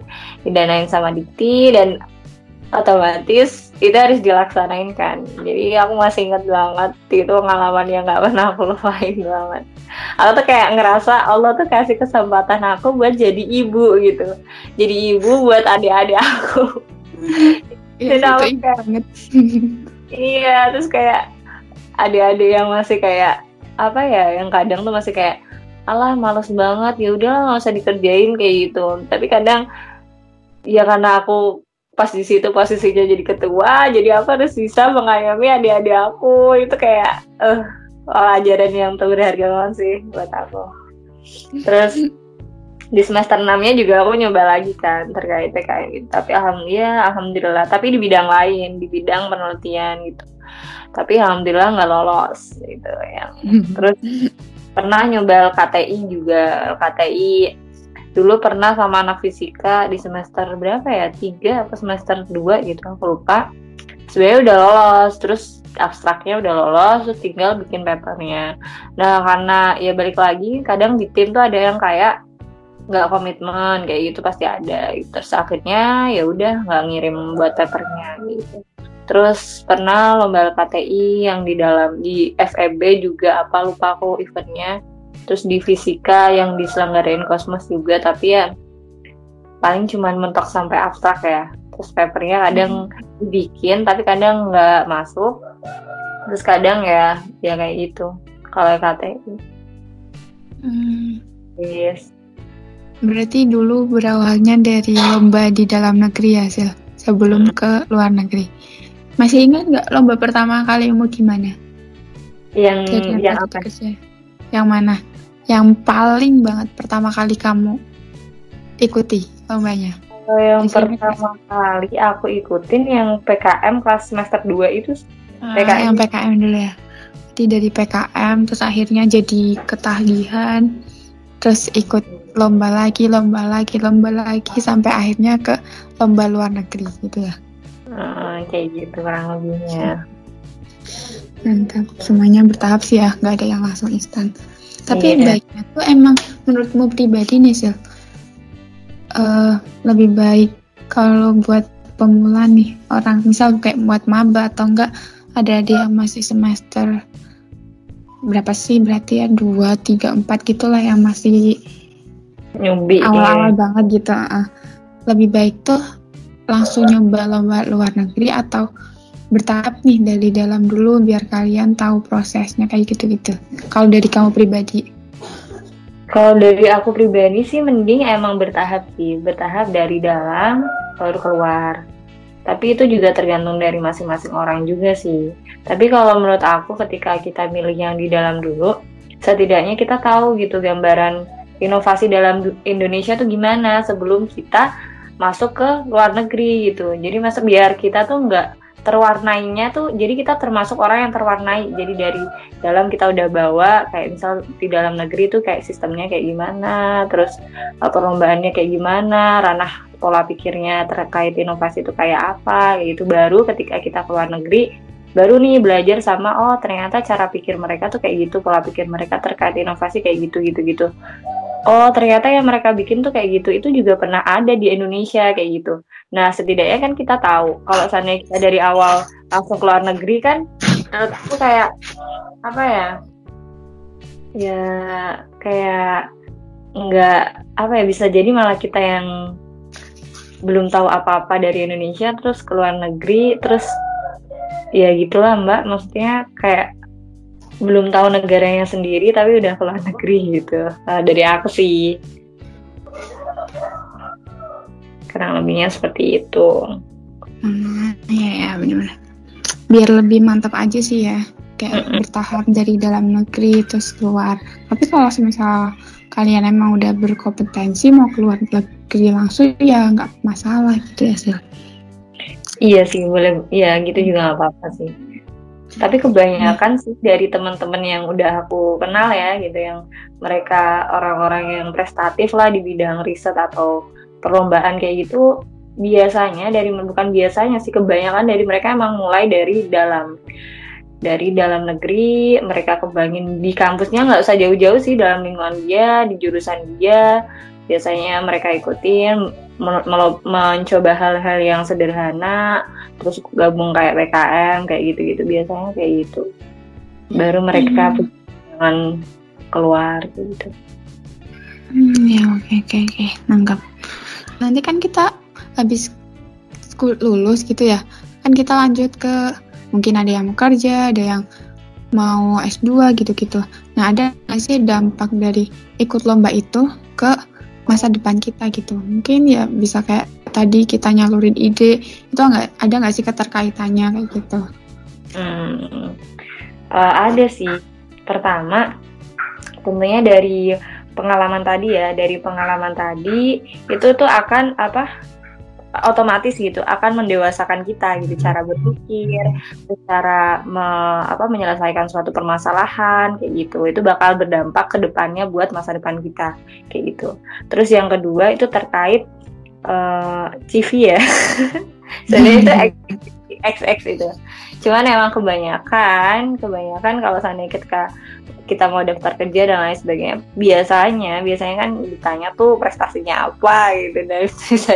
dan otomatis itu harus dilaksanain kan. Jadi aku masih ingat banget itu pengalaman yang nggak pernah aku lupain banget. Aku tuh kayak ngerasa Allah tuh kasih kesempatan aku buat jadi ibu gitu, jadi ibu buat adik-adik aku. Iya, itu banget. Iya, terus kayak adik-adik yang masih kayak apa ya, yang kadang tuh masih kayak alah males banget, ya udah nggak usah dikerjain kayak gitu. Tapi kadang ya karena aku pas di situ posisinya jadi ketua, jadi aku harus bisa mengayomi adik-adik aku. Itu kayak pelajaran yang berharga banget sih buat aku. Terus di semester 6-nya juga aku nyoba lagi kan terkait PKM gitu. Tapi alhamdulillah tapi di bidang lain, di bidang penelitian gitu. Tapi alhamdulillah nggak lolos gitu ya. Terus pernah nyoba LKTI juga. LKTI dulu pernah sama anak fisika di semester berapa ya, 3 atau semester 2 gitu aku lupa. Sebenarnya udah lolos, terus abstraknya udah lolos, terus tinggal bikin papernya. Nah karena ya balik lagi kadang di tim tuh ada yang kayak nggak komitmen kayak gitu, pasti ada gitu. Terus akhirnya ya udah nggak ngirim buat papernya gitu. Terus pernah lomba LKTI yang di FEB juga apa lupa aku eventnya. Terus di fisika yang diselenggarain Kosmos juga, tapi ya paling cuman mentok sampai abstrak ya. Terus papernya kadang dibikin tapi kadang nggak masuk. Terus kadang ya kayak gitu kalau LKTI. Yes. Berarti dulu berawalnya dari lomba di dalam negeri ya, Sil, sebelum ke luar negeri. Masih ingat nggak lomba pertama kalimu gimana? Yang apa? Yang mana? Yang paling banget pertama kali kamu ikuti lombanya? Yang pertama kali aku ikutin yang PKM kelas semester 2 itu PKM. Yang PKM dulu ya. Jadi dari PKM terus akhirnya jadi ketagihan, terus ikut lomba lagi sampai akhirnya ke lomba luar negeri gitu ya. Kayak gitu kurang lebihnya. Mantap, semuanya bertahap sih ya, nggak ada yang langsung instan. Tapi baiknya tuh emang menurutmu pribadi nih Sil, lebih baik kalau buat pemula nih orang misal kayak buat maba atau enggak ada yang masih semester berapa sih berarti ya 2, 3, 4 gitulah yang masih nyubi awal-awal banget gitu. Lebih baik tuh langsung nyoba lomba luar negeri atau bertahap nih dari dalam dulu biar kalian tahu prosesnya kayak gitu-gitu. Kalau dari kamu pribadi? Kalau dari aku pribadi sih mending emang bertahap dari dalam baru keluar. Tapi itu juga tergantung dari masing-masing orang juga sih. Tapi kalau menurut aku ketika kita milih yang di dalam dulu, setidaknya kita tahu gitu gambaran inovasi dalam Indonesia tuh gimana sebelum kita masuk ke luar negeri gitu. Jadi biar kita tuh nggak terwarnainya tuh, jadi kita termasuk orang yang terwarnai. Jadi dari dalam kita udah bawa kayak misal di dalam negeri tuh kayak sistemnya kayak gimana, terus perlombaannya kayak gimana, ranah pola pikirnya terkait inovasi itu kayak apa gitu. Baru ketika kita keluar negeri baru nih belajar sama oh ternyata cara pikir mereka tuh kayak gitu, pola pikir mereka terkait inovasi kayak gitu. Oh ternyata yang mereka bikin tuh kayak gitu, itu juga pernah ada di Indonesia kayak gitu. Nah setidaknya kan kita tahu kalau seandainya kita dari awal langsung keluar negeri kan, itu kayak apa ya? Ya kayak nggak apa ya, bisa jadi malah kita yang belum tahu apa-apa dari Indonesia terus keluar negeri terus ya gitulah Mbak, maksudnya kayak belum tahu negaranya sendiri tapi udah keluar negeri gitu. Dari aku sih kurang lebihnya seperti itu. Ya benar-benar biar lebih mantap aja sih ya, kayak bertahan dari dalam negeri terus keluar. Tapi kalau misal kalian emang udah berkompetensi mau keluar negeri langsung ya nggak masalah gitu ya Sil. Iya sih boleh, ya gitu juga nggak apa-apa sih. Tapi kebanyakan sih dari teman-teman yang udah aku kenal ya gitu, yang mereka orang-orang yang prestatif lah di bidang riset atau perlombaan kayak gitu, biasanya bukan biasanya sih, kebanyakan dari mereka emang mulai dari dalam negeri. Mereka kembangin di kampusnya, nggak usah jauh-jauh sih, dalam lingkungan dia, di jurusan dia. Biasanya mereka ikutin mencoba hal-hal yang sederhana, terus gabung kayak PKM kayak gitu-gitu, biasanya kayak gitu. Baru mereka jangan keluar gitu. Ya oke, nangkap. Nanti kan kita habis lulus gitu ya, kan kita lanjut ke mungkin ada yang mau kerja, ada yang mau S2 gitu-gitu. Nah ada nggak sih dampak dari ikut lomba itu ke masa depan kita gitu? Mungkin ya bisa kayak tadi kita nyalurin ide, itu ada nggak sih keterkaitannya kayak gitu? Ada sih. Pertama tentunya dari pengalaman tadi itu tuh akan otomatis gitu akan mendewasakan kita gitu, cara berpikir, cara menyelesaikan suatu permasalahan kayak gitu. Itu bakal berdampak ke depannya buat masa depan kita kayak gitu. Terus yang kedua itu terkait CV ya. Sebenarnya itu XX itu. Cuman emang kebanyakan kalau seandainya kita mau daftar kerja dan lain sebagainya, biasanya kan ditanya tuh prestasinya apa gitu, dan bisa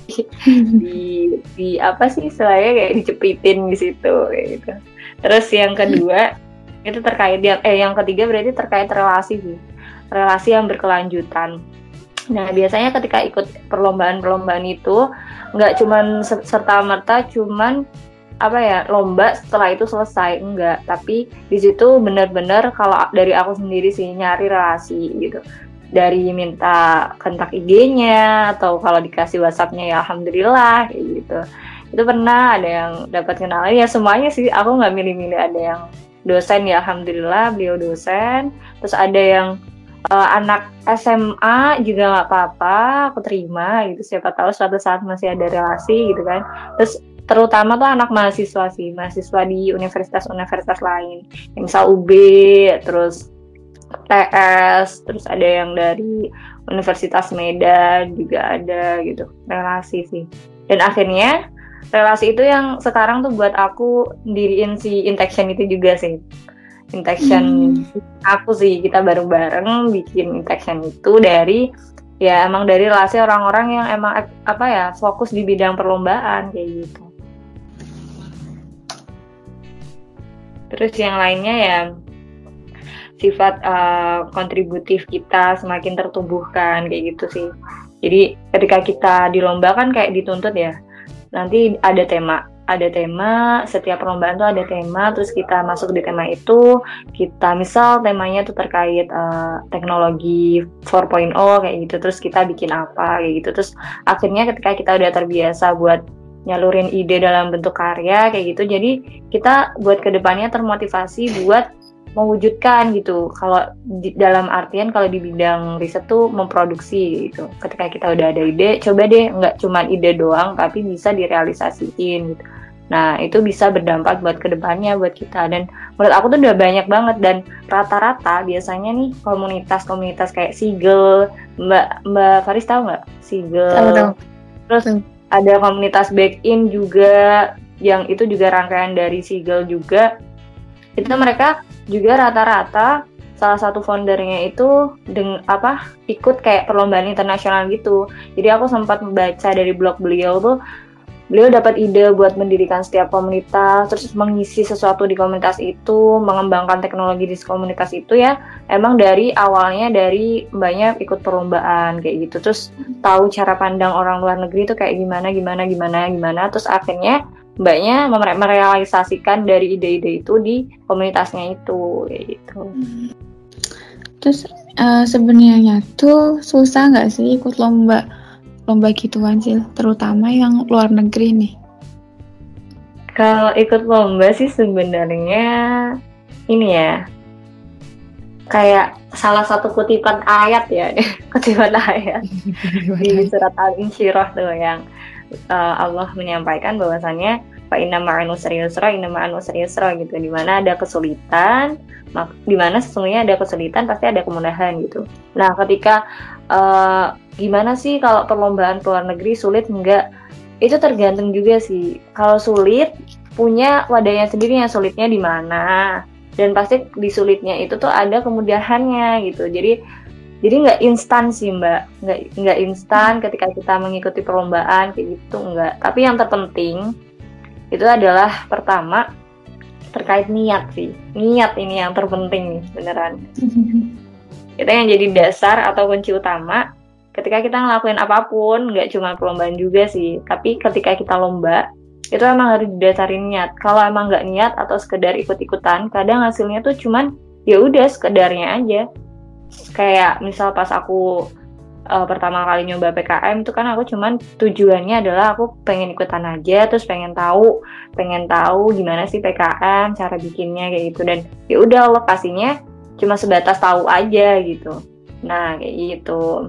di apa sih istilahnya kayak dicepitin di situ kayak gitu. Terus yang kedua itu terkait yang ketiga berarti terkait relasi yang berkelanjutan. Nah biasanya ketika ikut perlombaan itu nggak cuman serta-merta cuman lomba setelah itu selesai, enggak, tapi di situ benar-benar kalau dari aku sendiri sih nyari relasi gitu, dari minta kontak IG-nya atau kalau dikasih WhatsApp-nya ya alhamdulillah kayak gitu. Itu pernah ada yang dapat kenalan ya, semuanya sih, aku nggak milih-milih. Ada yang dosen ya alhamdulillah beliau dosen, terus ada yang anak SMA juga nggak apa-apa, aku terima gitu, siapa tahu suatu saat masih ada relasi gitu kan. Terus terutama tuh anak mahasiswa di universitas lain, misal UB, terus TS, terus ada yang dari Universitas Medan juga ada gitu, relasi sih. Dan akhirnya relasi itu yang sekarang tuh buat aku diriin si Intection itu juga sih. Intection aku sih, kita bareng-bareng bikin Intection itu dari relasi orang-orang yang emang fokus di bidang perlombaan kayak gitu. Terus yang lainnya ya sifat kontributif kita semakin tertumbuhkan kayak gitu sih. Jadi ketika kita di lomba kan kayak dituntut ya, nanti ada tema, setiap perlombaan tuh ada tema, terus kita masuk di tema itu, kita misal temanya tuh terkait teknologi 4.0 kayak gitu, terus kita bikin apa kayak gitu. Terus akhirnya ketika kita udah terbiasa buat nyalurin ide dalam bentuk karya kayak gitu, jadi kita buat kedepannya termotivasi buat mewujudkan gitu. Kalau dalam artian kalau di bidang riset tuh memproduksi gitu. Ketika kita udah ada ide, coba deh nggak cuma ide doang tapi bisa direalisasiin gitu. Nah itu bisa berdampak buat kedepannya buat kita. Dan menurut aku tuh udah banyak banget, dan rata-rata biasanya nih komunitas kayak Sigel, Mbak Faris tahu nggak Sigel? Tahu. Terus ada komunitas back-in juga, yang itu juga rangkaian dari Sigel juga. Itu mereka juga rata-rata salah satu foundernya itu ikut kayak perlombaan internasional gitu. Jadi aku sempat membaca dari blog beliau tuh, beliau dapat ide buat mendirikan setiap komunitas, terus mengisi sesuatu di komunitas itu, mengembangkan teknologi di komunitas itu ya. Emang dari awalnya dari mbaknya ikut perlombaan kayak gitu, terus tahu cara pandang orang luar negeri itu kayak gimana, terus akhirnya mbaknya merealisasikan dari ide-ide itu di komunitasnya itu kayak gitu. Terus sebenarnya tuh susah nggak sih ikut lomba gituan sih, terutama yang luar negeri nih? Kalau ikut lomba sih sebenarnya ini ya, kayak salah satu kutipan ayat ya, kutipan ayat di surat Al-Insyirah tuh yang Allah menyampaikan bahwasannya fa inna ma'al usri yusra, inna ma'al usri yusra gitu, di mana ada kesulitan, di mana sesungguhnya ada kesulitan pasti ada kemudahan gitu. Nah, ketika gimana sih kalau perlombaan ke luar negeri sulit enggak? Itu tergantung juga sih. Kalau sulit punya wadahnya sendiri, yang sulitnya di mana. Dan pasti di sulitnya itu tuh ada kemudahannya gitu. Jadi nggak instan sih Mbak, nggak instan ketika kita mengikuti perlombaan kayak gitu, nggak. Tapi yang terpenting itu adalah pertama terkait niat sih. Niat ini yang terpenting nih beneran. Itu yang jadi dasar atau kunci utama ketika kita ngelakuin apapun, nggak cuma perlombaan juga sih, tapi ketika kita lomba itu emang harus didasarin niat. Kalau emang nggak niat atau sekedar ikut-ikutan, kadang hasilnya tuh cuman ya udah sekedarnya aja. Kayak misal pas aku pertama kali nyoba PKM itu kan aku cuman tujuannya adalah aku pengen ikutan aja, terus pengen tahu gimana sih PKM, cara bikinnya kayak gitu, dan ya udah lokasinya cuma sebatas tahu aja gitu. Nah kayak gitu.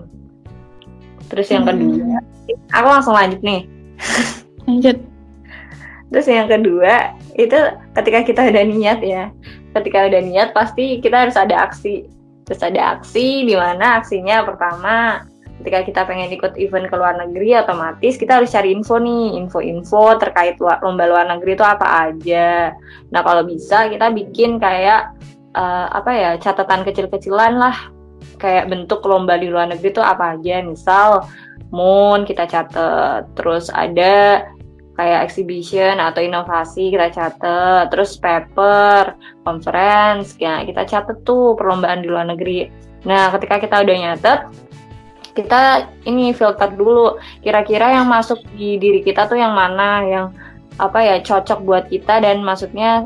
Terus yang kedua, aku langsung lanjut nih. Lanjut. Terus yang kedua itu ketika kita udah niat ya, ketika udah niat pasti kita harus ada aksi. Terus ada aksi, di mana aksinya pertama ketika kita pengen ikut event ke luar negeri, otomatis kita harus cari info nih, info terkait lomba luar negeri itu apa aja. Nah kalau bisa kita bikin kayak catatan kecil-kecilan lah, kayak bentuk lomba di luar negeri itu apa aja. Misal MOON kita catat, terus ada kayak exhibition atau inovasi kita catat, terus paper, conference, ya kita catat tuh perlombaan di luar negeri. Nah, ketika kita udah nyatet, kita ini filter dulu, kira-kira yang masuk di diri kita tuh yang mana, yang cocok buat kita, dan maksudnya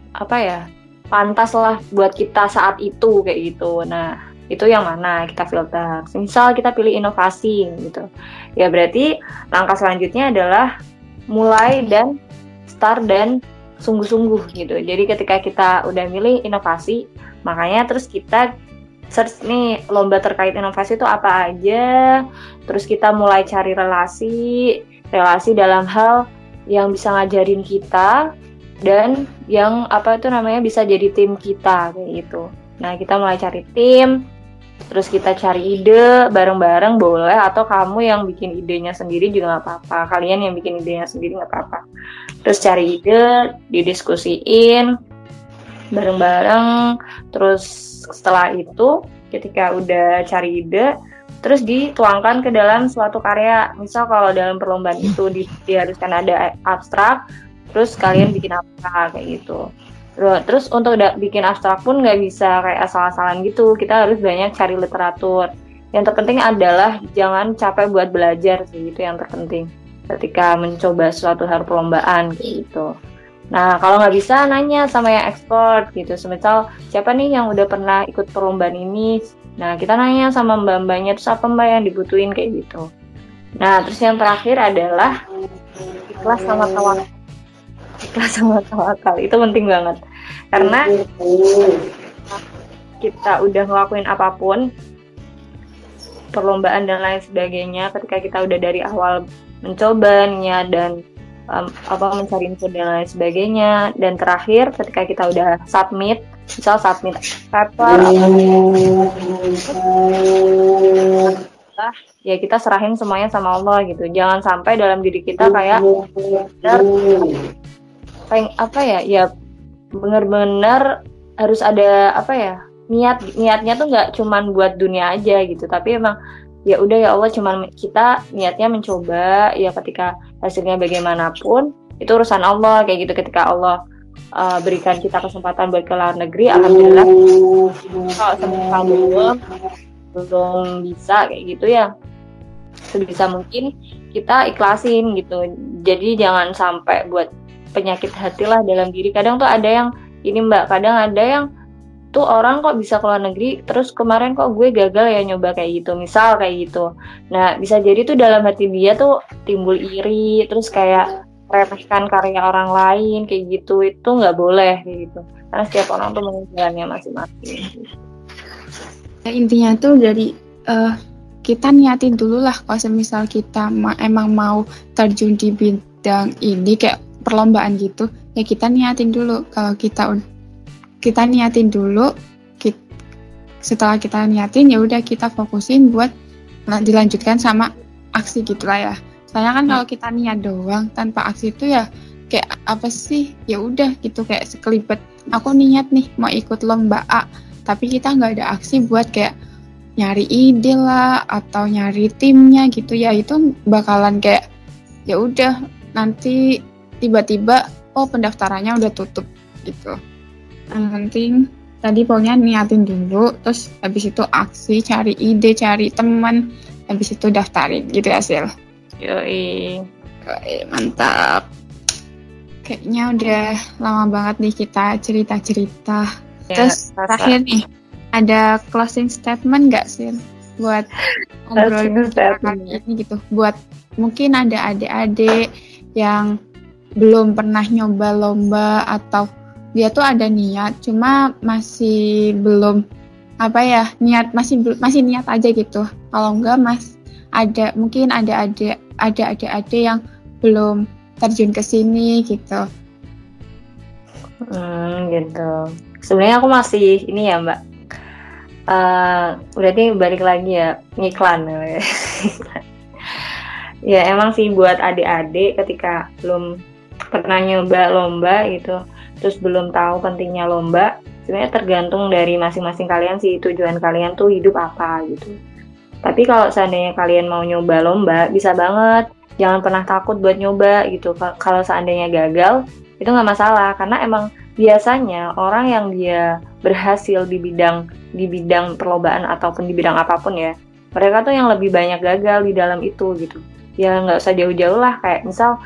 pantas lah buat kita saat itu kayak gitu. Nah, itu yang mana kita filter. Misal kita pilih inovasi gitu, ya berarti langkah selanjutnya adalah mulai dan start dan sungguh-sungguh gitu. Jadi ketika kita udah milih inovasi, makanya terus kita search nih lomba terkait inovasi itu apa aja, terus kita mulai cari relasi dalam hal yang bisa ngajarin kita dan yang bisa jadi tim kita kayak gitu. Nah kita mulai cari tim, terus kita cari ide bareng-bareng boleh, atau kamu yang bikin idenya sendiri juga nggak apa-apa, kalian yang bikin idenya sendiri nggak apa-apa. Terus cari ide, didiskusiin bareng-bareng. Terus setelah itu ketika udah cari ide, terus dituangkan ke dalam suatu karya. Misal kalau dalam perlombaan itu diharuskan ada abstrak, terus kalian bikin apa kayak gitu. Terus untuk bikin abstrak pun nggak bisa kayak asal-asalan gitu, kita harus banyak cari literatur. Yang terpenting adalah jangan capek buat belajar sih, itu yang terpenting ketika mencoba suatu hal perlombaan kayak gitu. Nah kalau nggak bisa nanya sama yang expert gitu, semisal siapa nih yang udah pernah ikut perlombaan ini, nah kita nanya sama mbak-mbaknya, terus apa mbak yang dibutuhin kayak gitu. Nah terus yang terakhir adalah ikhlas sama tawakal. Ikhlas sama tawakal itu penting banget, karena kita udah ngelakuin apapun, perlombaan dan lain sebagainya, ketika kita udah dari awal mencobanya dan mencari info dan lain sebagainya, dan terakhir ketika kita udah submit, misal submit paper adalah ya kita serahin semuanya sama Allah gitu. Jangan sampai dalam diri kita kayak benar-benar harus ada niatnya tuh nggak cuman buat dunia aja gitu, tapi emang ya udah ya Allah, cuman kita niatnya mencoba, ya ketika hasilnya bagaimanapun itu urusan Allah kayak gitu. Ketika Allah berikan kita kesempatan buat ke luar negeri, alhamdulillah. Kalau semisal belum bisa kayak gitu ya, sebisa mungkin kita ikhlasin gitu. Jadi jangan sampai buat penyakit hati lah dalam diri. Kadang tuh ada yang ini Mbak, kadang ada yang tuh orang kok bisa ke luar negeri, terus kemarin kok gue gagal ya nyoba kayak gitu, misal kayak gitu. Nah bisa jadi tuh dalam hati dia tuh timbul iri, terus kayak meremehkan karya orang lain kayak gitu. Itu nggak boleh kayak gitu, karena setiap orang tuh punya jalannya masing-masing. Ya, intinya tuh dari kita niatin dulu lah, kalau semisal kita emang mau terjun di bidang ini kayak perlombaan gitu, ya kita niatin dulu. Kalau kita niatin dulu, setelah kita niatin ya udah kita fokusin buat dilanjutkan sama aksi gitulah ya. Soalnya kan kalau kita niat doang tanpa aksi itu ya kayak apa sih, ya udah gitu kayak sekelibet. Aku niat nih mau ikut lomba A, tapi kita nggak ada aksi buat kayak nyari ide lah atau nyari timnya gitu ya, itu bakalan kayak ya udah nanti tiba-tiba pendaftarannya udah tutup gitu. Yang penting tadi pokoknya niatin dulu, terus habis itu aksi, cari ide, cari teman, habis itu daftarin gitu ya Sil. Yoi, mantap. Kayaknya udah lama banget nih kita cerita-cerita. Ya, terus terakhir nih, ada closing statement nggak Sil buat ngobrol kali ini gitu? Buat mungkin ada adik-adik yang belum pernah nyoba lomba, atau dia tuh ada niat cuma masih belum niat masih niat aja gitu. Kalau enggak mungkin ada adik-adik yang belum terjun ke sini gitu. Gitu. Sebenarnya aku masih ini ya Mbak. Berarti balik lagi ya ngiklan. Ya emang sih buat adik-adik ketika belum pernah nyoba lomba gitu, terus belum tahu pentingnya lomba, sebenarnya tergantung dari masing-masing kalian sih, tujuan kalian tuh hidup apa gitu. Tapi kalau seandainya kalian mau nyoba lomba, bisa banget, jangan pernah takut buat nyoba gitu. Kalau seandainya gagal, itu nggak masalah, karena emang biasanya orang yang dia berhasil di bidang perlombaan ataupun di bidang apapun ya, mereka tuh yang lebih banyak gagal di dalam itu gitu. Ya nggak usah jauh-jauh lah, kayak misal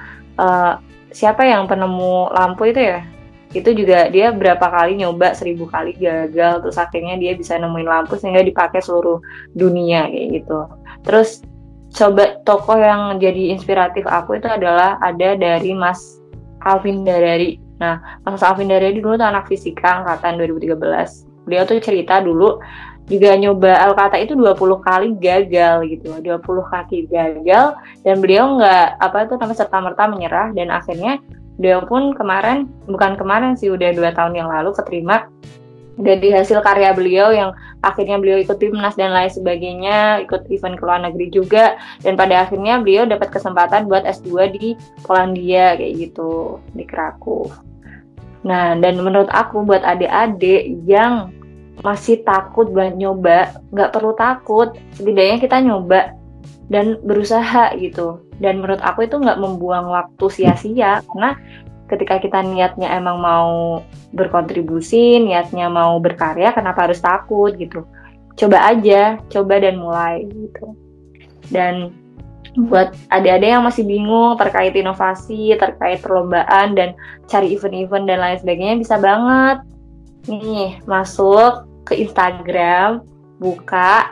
siapa yang penemu lampu itu ya, itu juga dia berapa kali nyoba, 1000 kali gagal, terus akhirnya dia bisa nemuin lampu sehingga dipakai seluruh dunia kayak gitu. Terus coba tokoh yang jadi inspiratif aku itu adalah ada dari Mas Alvin Darari. Nah, Mas Alvin Darari dulu tuh anak fisika angkatan 2013. Beliau tuh cerita dulu juga nyoba Alkata itu 20 kali gagal gitu, 20 kali gagal, dan beliau nggak serta-merta menyerah, dan akhirnya beliau pun bukan kemarin sih, udah 2 tahun yang lalu keterima dari hasil karya beliau yang akhirnya beliau ikut timnas dan lain sebagainya, ikut event ke luar negeri juga, dan pada akhirnya beliau dapat kesempatan buat S2 di Polandia kayak gitu, di Krakow. Nah, dan menurut aku buat adik-adik yang masih takut buat nyoba, nggak perlu takut, setidaknya kita nyoba dan berusaha gitu. Dan menurut aku itu nggak membuang waktu sia-sia, karena ketika kita niatnya emang mau berkontribusi, niatnya mau berkarya, kenapa harus takut gitu. Coba aja, coba dan mulai gitu. Dan buat adik-adik yang masih bingung terkait inovasi, terkait perlombaan dan cari event-event dan lain sebagainya, bisa banget nih masuk ke Instagram, buka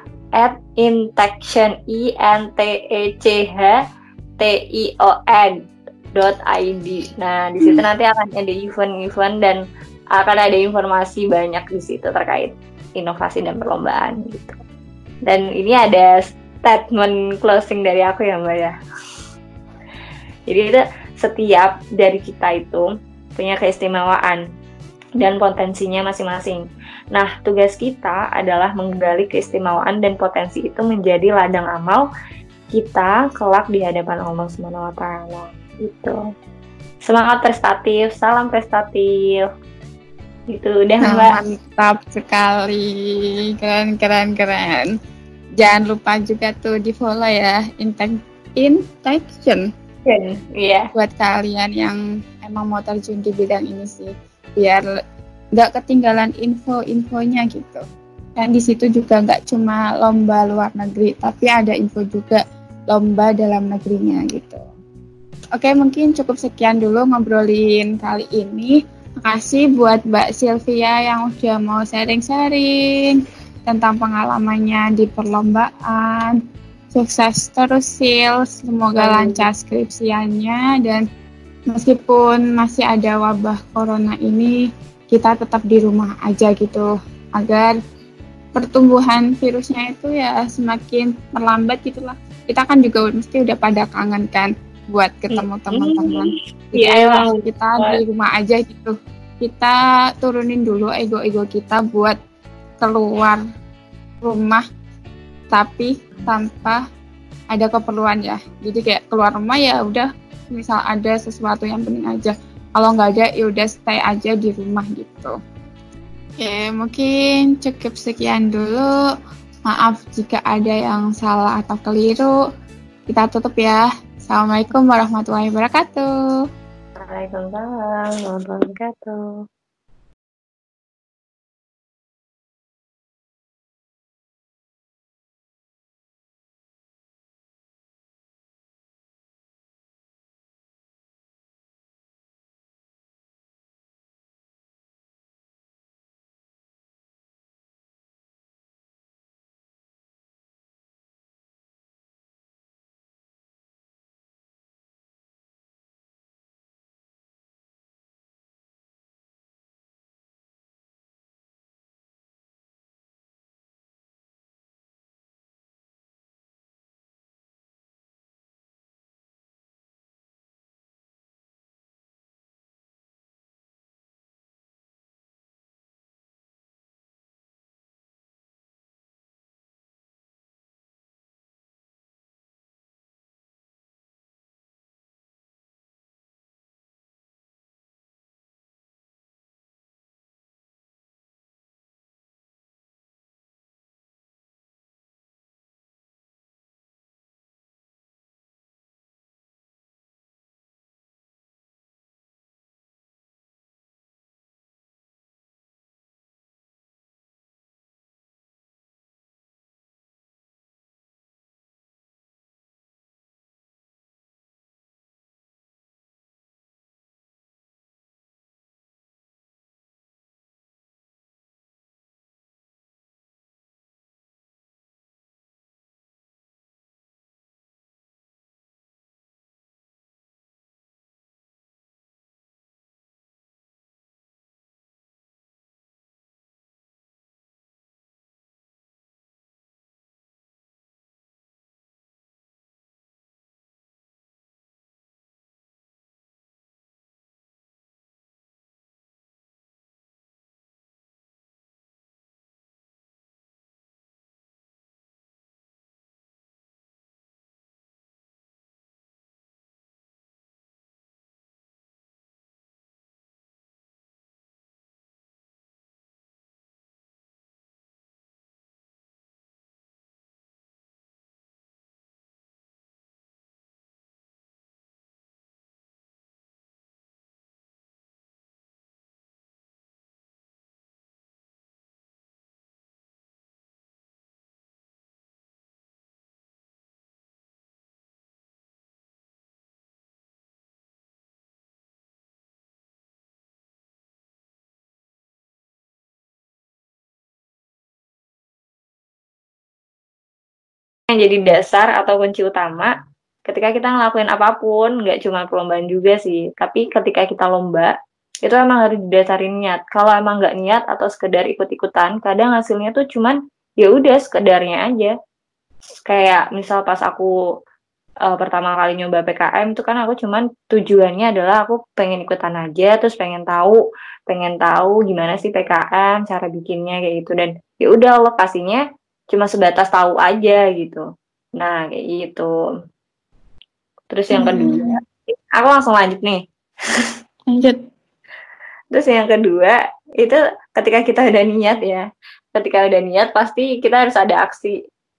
@intection .id. Nah, di situ nanti akan ada event-event dan akan ada informasi banyak di situ terkait inovasi dan perlombaan gitu. Dan ini ada statement closing dari aku ya Mbak ya. Jadi itu setiap dari kita itu punya keistimewaan dan potensinya masing-masing. Nah, tugas kita adalah menggali keistimewaan dan potensi itu menjadi ladang amal kita kelak di hadapan Allah Subhanahu wa taala. Gitu. Semangat prestatif, salam prestatif. Gitu udah Mbak. Mantap sekali. Keren. Jangan lupa juga tuh di follow ya Intention. Iya. Buat kalian yang emang mau terjun di bidang ini sih, biar nggak ketinggalan info-infonya gitu. Dan di situ juga nggak cuma lomba luar negeri, tapi ada info juga lomba dalam negerinya gitu. Oke, mungkin cukup sekian dulu ngobrolin kali ini. Makasih buat Mbak Sylvia yang udah mau sharing-sharing tentang pengalamannya di perlombaan. Sukses terus Sil, semoga lancar skripsiannya, dan meskipun masih ada wabah corona ini, kita tetap di rumah aja gitu, agar pertumbuhan virusnya itu ya semakin melambat gitulah. Kita kan juga mesti udah pada kangen kan buat ketemu teman-teman. Iya, kita di rumah aja gitu. Kita turunin dulu ego-ego kita buat keluar rumah, tapi tanpa ada keperluan ya. Jadi kayak keluar rumah ya udah, misal ada sesuatu yang penting aja. Kalau nggak ada ya udah stay aja di rumah gitu. Oke, mungkin cukup sekian dulu. Maaf jika ada yang salah atau keliru. Kita tutup ya. Assalamualaikum warahmatullahi wabarakatuh. Waalaikumsalam warahmatullahi wabarakatuh. Yang jadi dasar atau kunci utama ketika kita ngelakuin apapun, nggak cuma perlombaan juga sih, tapi ketika kita lomba itu emang harus didasarin niat. Kalau emang nggak niat atau sekedar ikut-ikutan, kadang hasilnya tuh cuman ya udah sekedarnya aja. Kayak misal pas aku pertama kali nyoba PKM itu kan aku cuman tujuannya adalah aku pengen ikutan aja, terus pengen tahu gimana sih PKM, cara bikinnya kayak gitu, dan ya udah lokasinya cuma sebatas tahu aja gitu. Nah kayak gitu. Terus yang kedua, aku langsung lanjut nih. Lanjut. Terus yang kedua itu ketika kita udah niat ya, ketika udah niat pasti kita harus ada aksi.